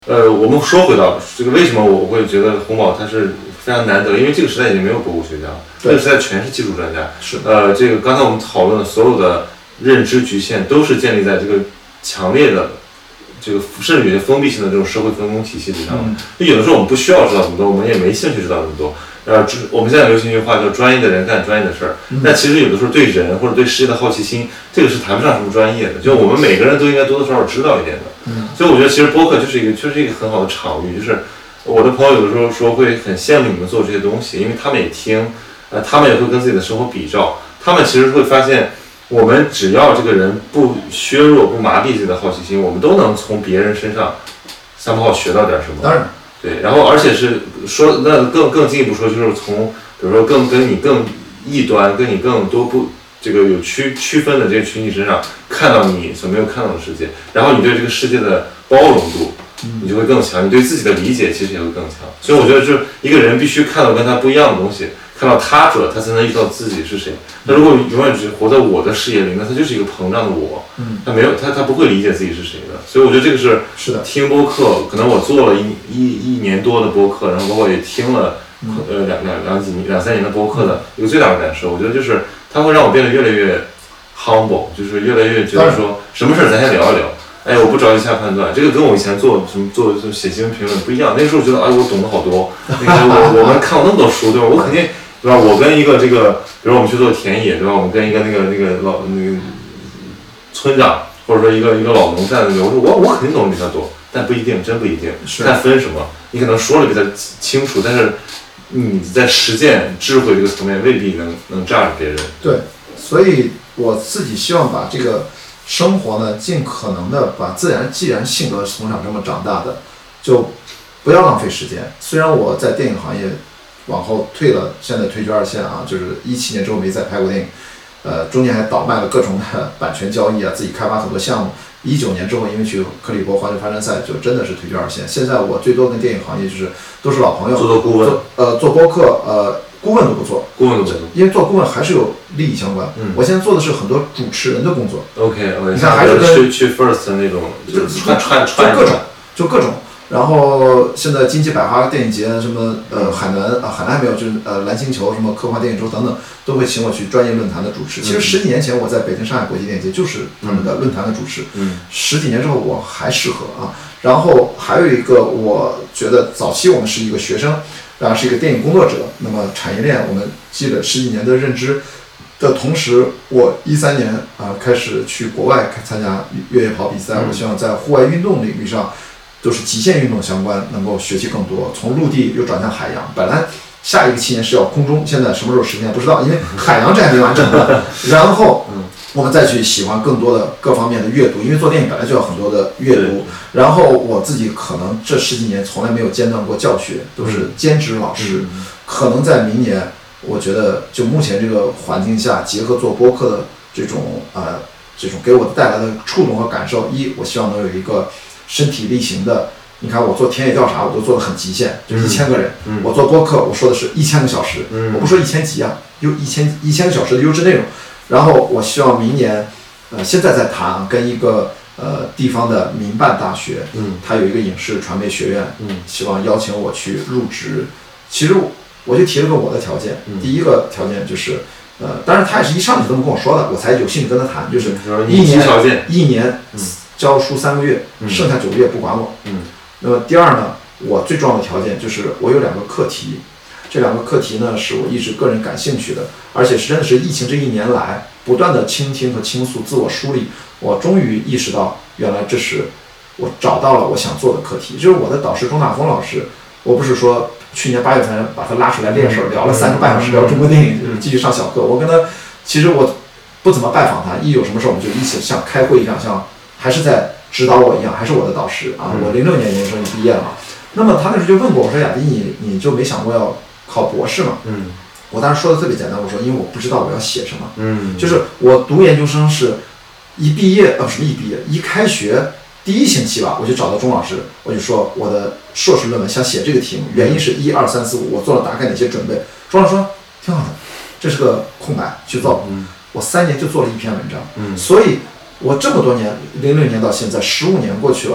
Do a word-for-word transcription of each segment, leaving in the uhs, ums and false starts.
呃，我们说回到这个，为什么我会觉得洪堡它是非常难得？因为这个时代已经没有博物学家了，这个时代全是技术专家。 是。 呃，这个刚才我们讨论的所有的认知局限，都是建立在这个强烈的这个甚至有些封闭性的这种社会分工体系之上。嗯。有的时候我们不需要知道这么多，我们也没兴趣知道这么多。呃，我们现在流行一句话叫“专业的人干专业的事儿”，嗯，但其实有的时候对人或者对世界的好奇心，这个是谈不上什么专业的。就我们每个人都应该多多少少知道一点的。嗯，所以我觉得其实播客就是一个，就是一个很好的场域。就是我的朋友有的时候说会很羡慕你们做这些东西，因为他们也听，呃，他们也会跟自己的生活比照，他们其实会发现，我们只要这个人不削弱、不麻痹自己的好奇心，我们都能从别人身上三不好学到点什么。 当然。 对，然后而且是说，那更更进一步说，就是从比如说更跟你更异端、跟你更多不这个有区区分的这些群体身上，看到你所没有看到的世界，然后你对这个世界的包容度，你就会更强，你对自己的理解其实也会更强。所以我觉得，就一个人必须看到跟他不一样的东西，看到他者，他才能遇到自己是谁。那如果永远只活在我的视野里，那他就是一个膨胀的我，他没有他他不会理解自己是谁的。所以我觉得这个是是的。 听播客，可能我做了一一一年多的播客，然后包括也听了呃两两两几两三年的播客的一个最大的感受，我觉得就是它会让我变得越来越 humble， 就是越来越觉得说什么事咱先聊一聊。哎，我不着急下判断，这个跟我以前做什么做做写新闻评论不一样。那时候觉得哎，我懂得好多。那个我我们看过那么多书，对吧？我肯定对吧？我跟一个这个，比如我们去做田野，对吧？我们跟一个那个那个老那个村长，或者说一个一个老农在那边，我说我我肯定懂得比他多，但不一定，真不一定。看分什么，你可能说的比他清楚，但是你在实践智慧这个层面未必能能炸着别人。 对，所以我自己希望把这个生活呢，尽可能的把自然，既然性格从小这么长大的，就不要浪费时间。虽然我在电影行业往后退了，现在退居二线啊，就是一七年之后没再拍过电影，呃，中间还倒卖了各种的版权交易啊，自己开发很多项目。一九年之后，因为去克里伯环球帆船赛，就真的是退居二线。现在我最多跟电影行业就是都是老朋友， 做做顾问， 做呃做播客，呃顾问都不做， 顾问都不做， 因为做顾问还是有利益相关。嗯，我现在做的是很多主持人的工作。 OK OK， 你看还是跟去去 First 那种，就串串串各种，就各种。然后现在金鸡百花电影节什么呃海南啊海南还没有，就是呃蓝星球什么科幻电影周等等都会请我去专业论坛的主持。其实十几年前我在北京上海国际电影节就是他们的论坛的主持，嗯，十几年之后我还适合啊。然后还有一个我觉得早期我们是一个学生，然后是一个电影工作者，那么产业链我们积累十几年的认知的同时，我一三年啊开始去国外参加越野跑比赛，我希望在户外运动领域上。都是极限运动相关，能够学习更多。从陆地又转向海洋，本来下一个七年是要空中，现在什么时候实现不知道，因为海洋这还没完成呢。然后我们再去喜欢更多的各方面的阅读，因为做电影本来就要很多的阅读。然后我自己可能这十几年从来没有间断过教学，都是兼职老师。可能在明年，我觉得就目前这个环境下，结合做播客的这种呃这种给我带来的触动和感受，一我希望能有一个。身体力行的，你看我做田野调查，我都做得很极限，就是一千个人。嗯、我做播客，我说的是一千个小时，嗯、我不说一千集啊，有一千一千个小时的优质内容。然后我希望明年，呃，现在在谈跟一个呃地方的民办大学，嗯，它有一个影视传媒学院，嗯，希望邀请我去入职。其实我我就提了个我的条件，嗯、第一个条件就是，呃，当然他也是一上来就这么跟我说的，我才有兴趣跟他谈，就是一年一年。嗯教书三个月，剩下九个月不管我。嗯，那么第二呢，我最重要的条件就是我有两个课题，这两个课题呢是我一直个人感兴趣的，而且是真的是疫情这一年来不断的倾听和倾诉、自我梳理，我终于意识到，原来这是我找到了我想做的课题。就是我的导师钟大峰老师，我不是说去年八月份把他拉出来练手，聊了三个半小时聊中国电影，就是继续上小课。我跟他其实我不怎么拜访他，一有什么事我们就一起像开会一样，像。还是在指导我一样，还是我的导师啊！我零六年研究生就毕业了嘛。那么他那时候就问过我说：“雅迪，你你就没想过要考博士吗？”嗯，我当时说的特别简单，我说：“因为我不知道我要写什么。”嗯，就是我读研究生是一毕业呃什么一毕业一开学第一星期吧，我就找到钟老师，我就说我的硕士论文想写这个题目，原因是一二三四五，我做了大概哪些准备。钟老师说：“挺好的，这是个空白，去做。”嗯，我三年就做了一篇文章。嗯，所以。我这么多年，零六年到现在，十五年过去了，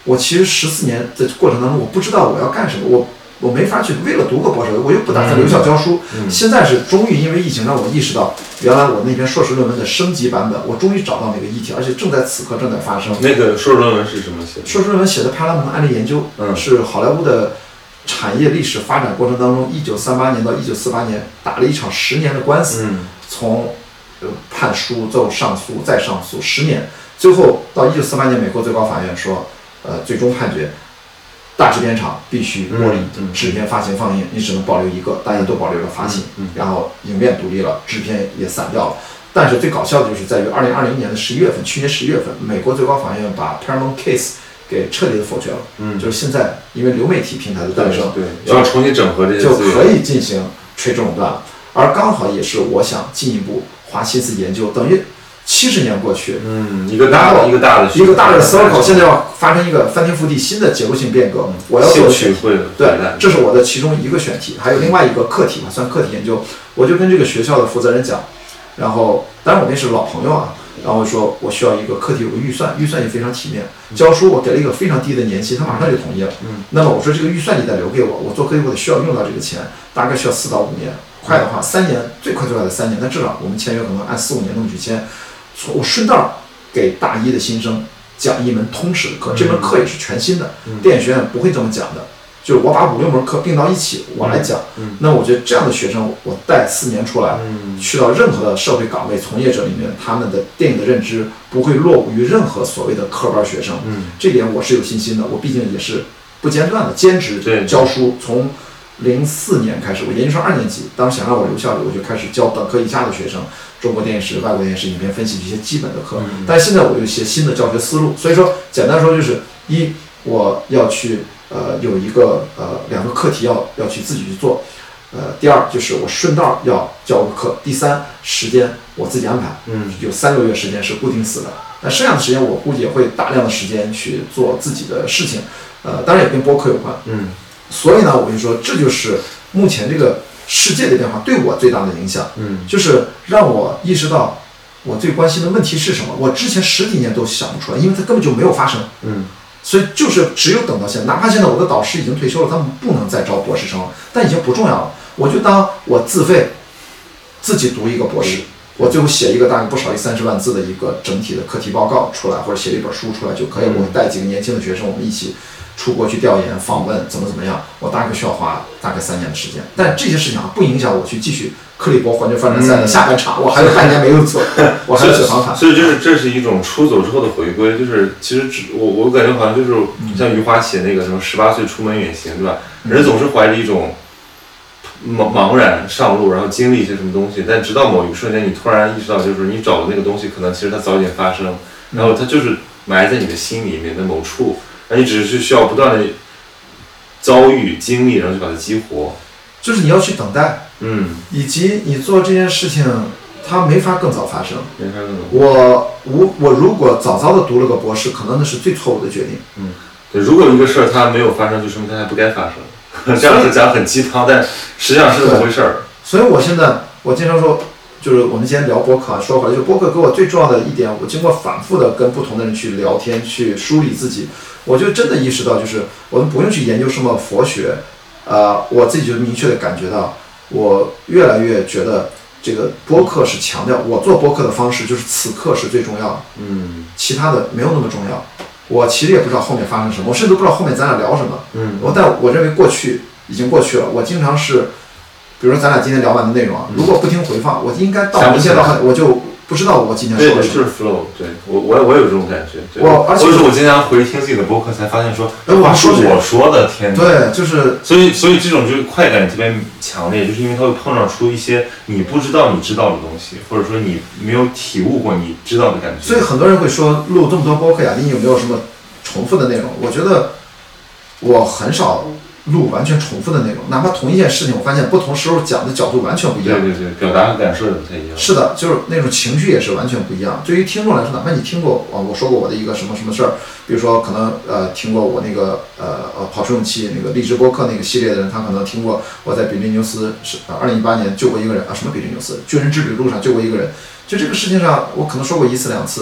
我其实十四年的过程当中，我不知道我要干什么，我我没法去为了读个博士，我又不打算留校教书。 嗯、 现在是终于因为疫情让我意识到，原来我那篇硕士论文的升级版本，我终于找到那个议题，而且正在此刻正在发生。 那个硕士论文是什么写的？ 硕士论文写的派拉蒙案例研究， 嗯、 是好莱坞的产业历史发展过程当中，一九三八年到一九四八年打了一场十年的官司， 嗯、 从呃判书奏上诉再上诉十年，最后到一九四八年美国最高法院说，呃最终判决。大制片厂必须剥离制片发行放映，你只能保留一个，大家都保留了发行，然后影院独立了，制片也散掉了。但是最搞笑的就是在于二零二零年的十一月份，去年十一月份，美国最高法院把 Paramount Case 给彻底的否决了。嗯，就是现在因为流媒体平台的诞生， 对，要重新整合这些就可以进行垂直垄断了。而刚好也是我想进一步花心思研究，等于。七十年过去， 嗯，一个大的一个大的一个大的 circle， 现在要发生一个翻天覆地新的结构性变革。我要做的兴趣会对，这是我的其中一个选题，还有另外一个课题吧，算课题研究。我就跟这个学校的负责人讲，然后当然我那是老朋友啊，然后我说我需要一个课题有个预算，预算也非常体面，教书我给了一个非常低的年薪，他马上就同意了。嗯，那么我说这个预算你得留给我，我做课题我得需要用到这个钱，大概需要四到五年，快的话三年，最快最快的三年，但至少我们签约可能按四五年那么去签。我顺道给大一的新生讲一门通识的课，这门课也是全新的，电影学院不会这么讲的，就是我把五六门课并到一起我来讲。那我觉得这样的学生，我带四年出来，去到任何的社会岗位从业者里面，他们的电影的认知不会落伍于任何所谓的科班学生。这点我是有信心的，我毕竟也是不间断的兼职教书，从零四年开始，我研究生二年级，当时想让我留校里，我就开始教本科以下的学生中国电影史、外国电影史、影片分析这些基本的课。嗯、但是现在我有一些新的教学思路，所以说简单说就是一，我要去呃有一个呃两个课题要要去自己去做，呃第二就是我顺道要教个课，第三时间我自己安排，嗯，有三个月时间是固定死的，那剩下的时间我估计也会大量的时间去做自己的事情，呃当然也跟播客有关，嗯。所以呢，我就说，这就是目前这个世界的变化对我最大的影响。嗯，就是让我意识到我最关心的问题是什么。我之前十几年都想不出来，因为它根本就没有发生。嗯，所以就是只有等到现在，哪怕现在我的导师已经退休了，他们不能再招博士生了，但已经不重要了。我就当我自费自己读一个博士，我最后写一个大概不少于三十万字的一个整体的课题报告出来，或者写一本书出来就可以。我带几个年轻的学生，我们一起。出国去调研、访问，怎么怎么样？我大概需要花大概三年的时间，但这些事情啊，不影响我去继续克利伯环球帆船赛的下半场，我还有半年没有做，我还有雪航卡。 所以就是这是一种出走之后的回归，就是其实只我我感觉好像就是像余华写那个什么十八岁出门远行，对吧？人总是怀着一种茫茫然上路，然后经历一些什么东西，但直到某一个瞬间，你突然意识到，就是你找的那个东西，可能其实它早已经发生，然后它就是埋在你的心里面的某处。那你只是需要不断的遭遇、经历，然后就把它激活。 就是你要去等待，嗯，以及你做这件事情，它没法更早发生。 没法更早。 我我我如果早早的读了个博士，可能那是最错误的决定。 嗯，对，如果一个事儿它没有发生，就说明它还不该发生。这样是讲很鸡汤，但实际上是这么回事儿。 所以我现在我经常说。就是我们今天聊播客啊，说回来，就播客给我最重要的一点，我经过反复的跟不同的人去聊天，去梳理自己，我就真的意识到，就是我们不用去研究什么佛学，呃，我自己就明确的感觉到，我越来越觉得这个播客是强调我做播客的方式，就是此刻是最重要的，嗯，其他的没有那么重要。我其实也不知道后面发生什么，我甚至都不知道后面咱俩聊什么，嗯，我但我认为过去已经过去了，我经常是。比如说咱俩今天聊完的内容啊，如果不听回放，我应该到明天到我就不知道我今天说了什么。 对，就是 flow， 对我我我有这种感觉。 我而且所以说我经常回听自己的播客，才发现说，这话是我说的，天哪！ 对，就是。 所以所以这种就是快感特别强烈，就是因为它会碰撞出一些你不知道你知道的东西，或者说你没有体悟过你知道的感觉。 所以很多人会说，录这么多播客呀，你有没有什么重复的内容？我觉得我很少。录完全重复的内容，哪怕同一件事情，我发现不同时候讲的角度完全不一样。 对对对，表达和感受也不太一样。 是的，就是那种情绪也是完全不一样。对于听众来说，哪怕你听过啊，我说过我的一个什么什么事儿，比如说可能呃听过我那个呃呃跑出勇气那个励志播客那个系列的人，他可能听过我在比利牛斯是呃二零一八年救过一个人啊，什么比利牛斯军人之旅路上救过一个人，就这个事情上我可能说过一次两次。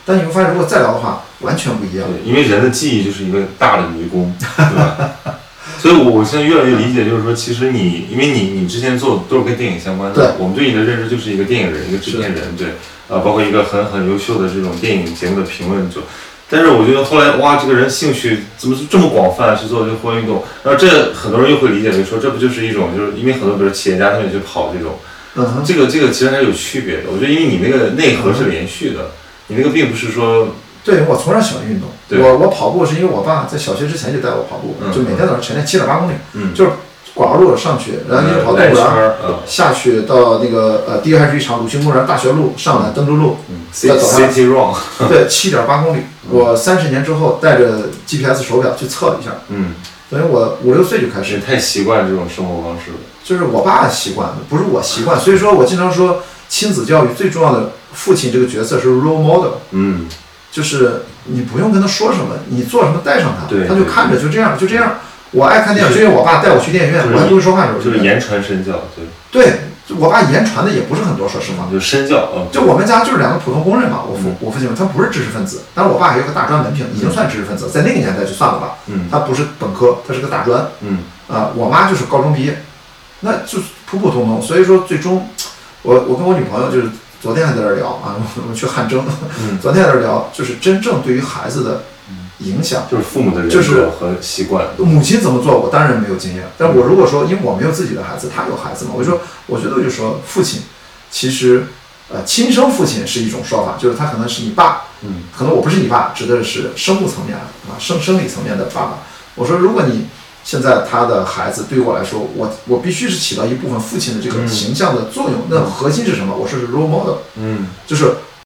但你会发现，如果再聊的话，完全不一样。 对，因为人的记忆就是一个大的迷宫，对吧？所以我，我现在越来越理解，就是说，其实你，因为你，你之前做都是跟电影相关的，我们对你的认知就是一个电影人，一个制片人，对，呃，包括一个很很优秀的这种电影节目的评论者。但是我觉得后来，哇，这个人兴趣怎么这么广泛，去做这个户外运动？然后这很多人又会理解为说，这不就是一种，就是因为很多比如企业家他们也去跑这种， 嗯， 这个这个其实还是有区别的。我觉得，因为你那个内核是连续的，你那个并不是说。 对，我从小喜欢运动，我我跑步是因为我爸在小学之前就带我跑步， 嗯、 就每天早上晨练七点八公里， 嗯、 就是广州路上去，然后一直跑动物园， 嗯、 下去到那个呃第一海水场鲁迅公园大学路上来登州路， 嗯、 再走下来， City Run， 对，七点八公里。我三十年之后带着 G P S 手表去测了一下， 嗯， 等于我五六岁就开始。 也太习惯这种生活方式了。 就是我爸习惯的，不是我习惯，所以说我经常说亲子教育最重要的父亲这个角色是 role model， 嗯。 就是你不用跟他说什么，你做什么带上他， 对他就看着就这样就这样。我爱看电影，就因为我爸带我去电影院， 就是、 我还不会说话的时候， 就是言传身教，对。 对，我爸言传的也不是很多，说实话。 就身教，嗯。 就我们家就是两个普通工人嘛，我父、 嗯、 我父亲他不是知识分子，但是我爸还有个大专文凭，已经算知识分子，在那个年代就算了吧。 嗯。 他不是本科，他是个大专。 嗯。 啊、呃，我妈就是高中毕业，那就普普通通。所以说最终，我我跟我女朋友就是。昨天还在这聊啊，我们去汗蒸。 嗯、 昨天在这聊，就是真正对于孩子的影响， 就是父母的人格和习惯。 母亲怎么做，我当然没有经验。但我如果说，因为我没有自己的孩子，他有孩子嘛，我就说，我觉得就说父亲，其实，呃，亲生父亲是一种说法，就是他可能是你爸， 嗯， 可能我不是你爸，指的是生物层面啊，生生理层面的爸爸。我说，如果你现在他的孩子对于我来说，我我必须是起到一部分父亲的这个形象的作用。嗯、那核心是什么？我说是 role model， 嗯， 就是